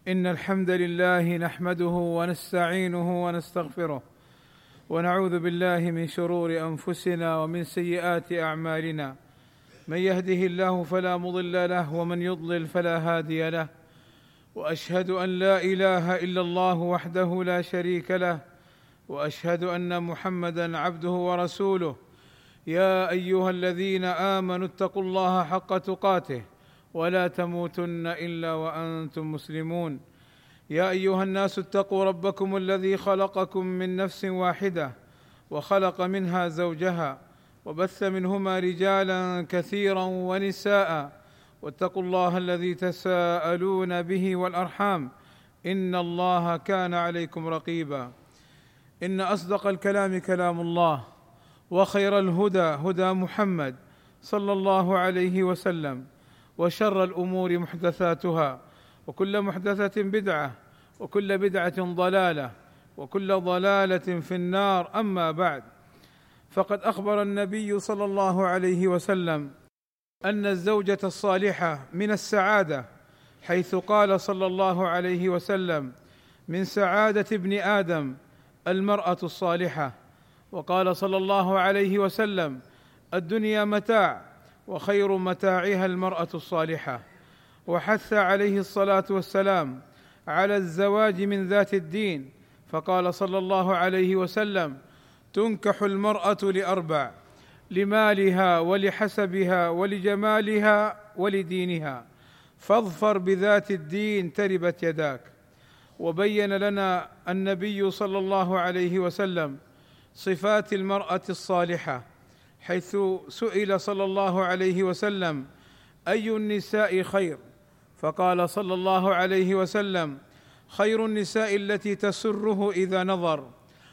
إن الحمد لله نحمده ونستعينه ونستغفره ونعوذ بالله من شرور أنفسنا ومن سيئات أعمالنا. من يهده الله فلا مضل له ومن يضلل فلا هادي له، وأشهد أن لا إله إلا الله وحده لا شريك له، وأشهد أن محمدًا عبده ورسوله. يا أيها الذين آمنوا اتقوا الله حق تقاته ولا تموتن إلا وأنتم مسلمون. يا أيها الناس اتقوا ربكم الذي خلقكم من نفس واحدة وخلق منها زوجها وبث منهما رجالا كثيرا ونساء، واتقوا الله الذي تساءلون به والأرحام إن الله كان عليكم رقيبا. إن أصدق الكلام كلام الله، وخير الهدى هدى محمد صلى الله عليه وسلم، وشر الأمور محدثاتها، وكل محدثة بدعة، وكل بدعة ضلالة، وكل ضلالة في النار. أما بعد، فقد أخبر النبي صلى الله عليه وسلم أن الزوجة الصالحة من السعادة، حيث قال صلى الله عليه وسلم: من سعادة ابن آدم المرأة الصالحة. وقال صلى الله عليه وسلم: الدنيا متاع وخير متاعها المرأة الصالحة. وحث عليه الصلاة والسلام على الزواج من ذات الدين، فقال صلى الله عليه وسلم: تنكح المرأة لأربع: لمالها ولحسبها ولجمالها ولدينها، فاظفر بذات الدين تربت يداك. وبين لنا النبي صلى الله عليه وسلم صفات المرأة الصالحة، حيث سئل صلى الله عليه وسلم: أي النساء خير؟ فقال صلى الله عليه وسلم: خير النساء التي تسره إذا نظر،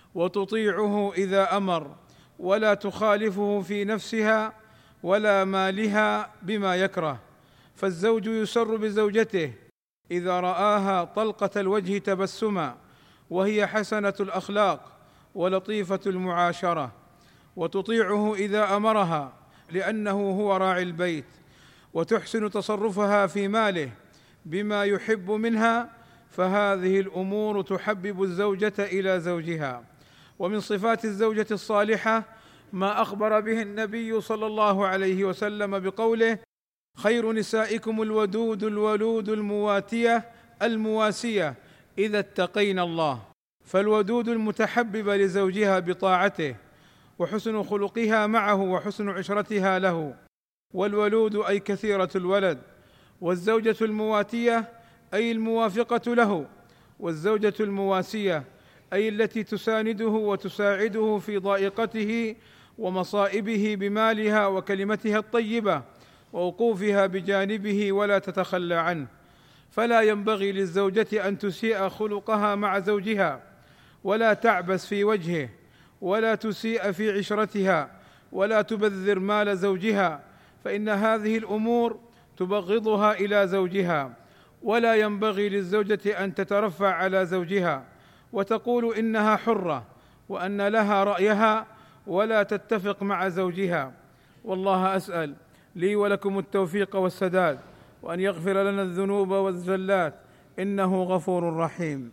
وتطيعه إذا أمر، ولا تخالفه في نفسها ولا مالها بما يكره. فالزوج يسر بزوجته إذا رآها طلقة الوجه تبسما، وهي حسنة الأخلاق ولطيفة المعاشرة، وتطيعه إذا أمرها لأنه هو راعي البيت، وتحسن تصرفها في ماله بما يحب منها. فهذه الأمور تحبب الزوجة إلى زوجها. ومن صفات الزوجة الصالحة ما أخبر به النبي صلى الله عليه وسلم بقوله: خير نسائكم الودود الولود المواتية المواسية إذا اتقينا الله. فالودود المتحببة لزوجها بطاعته وحسن خلقها معه وحسن عشرتها له، والولود أي كثيرة الولد، والزوجة المواتية أي الموافقة له، والزوجة المواسية أي التي تسانده وتساعده في ضائقته ومصائبه بمالها وكلمتها الطيبة ووقوفها بجانبه ولا تتخلى عنه. فلا ينبغي للزوجة أن تسيء خلقها مع زوجها، ولا تعبس في وجهه، ولا تسيء في عشرتها، ولا تبذر مال زوجها، فإن هذه الأمور تبغضها إلى زوجها. ولا ينبغي للزوجة أن تترفع على زوجها وتقول إنها حرة وأن لها رأيها ولا تتفق مع زوجها. والله أسأل لي ولكم التوفيق والسداد، وأن يغفر لنا الذنوب والزلات، إنه غفور رحيم.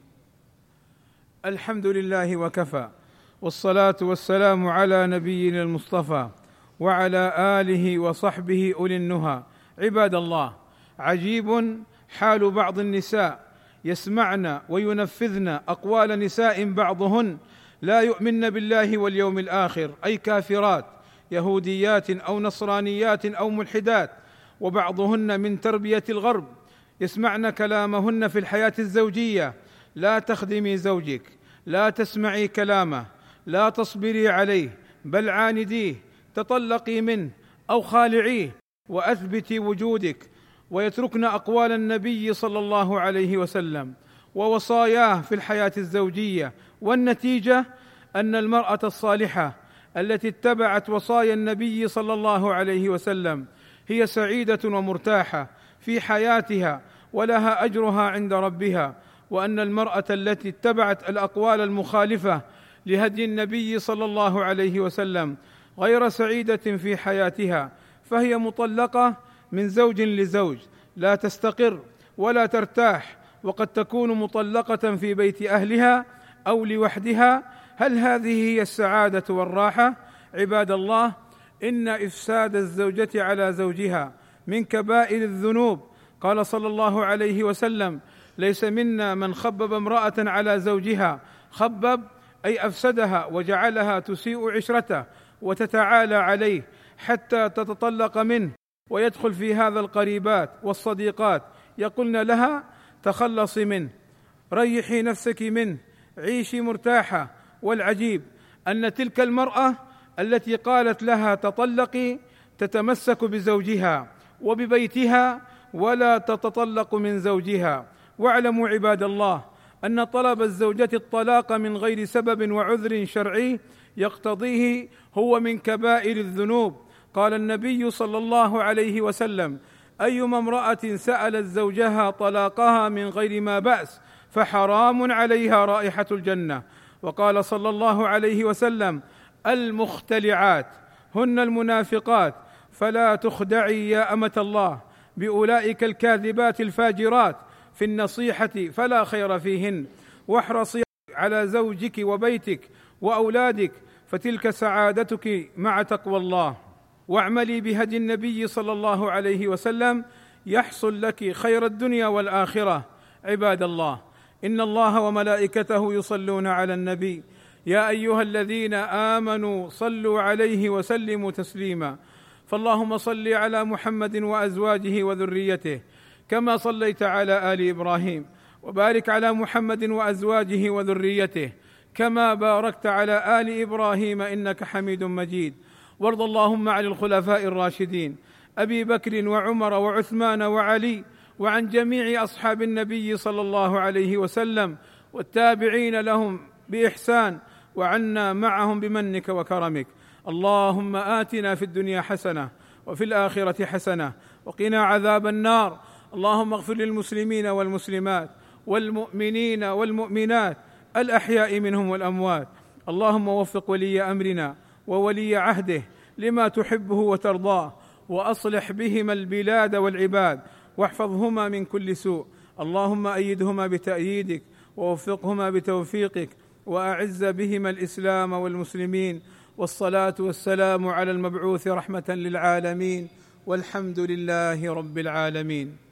الحمد لله وكفى، والصلاة والسلام على نبينا المصطفى وعلى آله وصحبه أولي النهى. عباد الله، عجيب حال بعض النساء يسمعن وينفذن أقوال نساء بعضهن لا يؤمن بالله واليوم الآخر، أي كافرات يهوديات أو نصرانيات أو ملحدات، وبعضهن من تربية الغرب. يسمعن كلامهن في الحياة الزوجية: لا تخدمي زوجك، لا تسمعي كلامه، لا تصبري عليه، بل عانديه، تطلقي منه أو خالعيه وأثبتي وجودك. ويتركن أقوال النبي صلى الله عليه وسلم ووصاياه في الحياة الزوجية. والنتيجة أن المرأة الصالحة التي اتبعت وصايا النبي صلى الله عليه وسلم هي سعيدة ومرتاحة في حياتها ولها أجرها عند ربها، وأن المرأة التي اتبعت الأقوال المخالفة لهدي النبي صلى الله عليه وسلم غير سعيدة في حياتها، فهي مطلقة من زوج لزوج، لا تستقر ولا ترتاح، وقد تكون مطلقة في بيت أهلها أو لوحدها. هل هذه هي السعادة والراحة؟ عباد الله، إن إفساد الزوجة على زوجها من كبائر الذنوب. قال صلى الله عليه وسلم: ليس منا من خبب امرأة على زوجها. خبب أي أفسدها وجعلها تسيء عشرته وتتعالى عليه حتى تتطلق منه، ويدخل في هذا القريبات والصديقات يقولن لها: تخلصي منه، ريحي نفسك منه، عيشي مرتاحة. والعجيب أن تلك المرأة التي قالت لها تطلقي تتمسك بزوجها وببيتها ولا تتطلق من زوجها. واعلموا عباد الله أن طلب الزوجة الطلاق من غير سبب وعذر شرعي يقتضيه هو من كبائر الذنوب. قال النبي صلى الله عليه وسلم: أيما امرأة سألت زوجها طلاقها من غير ما بأس فحرام عليها رائحة الجنة. وقال صلى الله عليه وسلم: المختلعات هن المنافقات، فلا تخدعي يا أمة الله بأولئك الكاذبات الفاجرات في النصيحة فلا خير فيهن. واحرصي على زوجك وبيتك وأولادك، فتلك سعادتك مع تقوى الله. واعملي بهدي النبي صلى الله عليه وسلم يحصل لك خير الدنيا والآخرة. عباد الله، إن الله وملائكته يصلون على النبي، يا أيها الذين آمنوا صلوا عليه وسلموا تسليما. فاللهم صل على محمد وأزواجه وذريته كما صليت على آل إبراهيم، وبارك على محمد وأزواجه وذريته كما باركت على آل إبراهيم إنك حميد مجيد. وارض اللهم عن الخلفاء الراشدين أبي بكر وعمر وعثمان وعلي، وعن جميع أصحاب النبي صلى الله عليه وسلم والتابعين لهم بإحسان، وعنا معهم بمنك وكرمك. اللهم آتنا في الدنيا حسنة وفي الآخرة حسنة وقنا عذاب النار. اللهم اغفر للمسلمين والمسلمات والمؤمنين والمؤمنات الأحياء منهم والأموات. اللهم وفق ولي أمرنا وولي عهده لما تحبه وترضاه، وأصلح بهما البلاد والعباد، واحفظهما من كل سوء. اللهم أيدهما بتأييدك ووفقهما بتوفيقك، وأعز بهما الإسلام والمسلمين. والصلاة والسلام على المبعوث رحمة للعالمين، والحمد لله رب العالمين.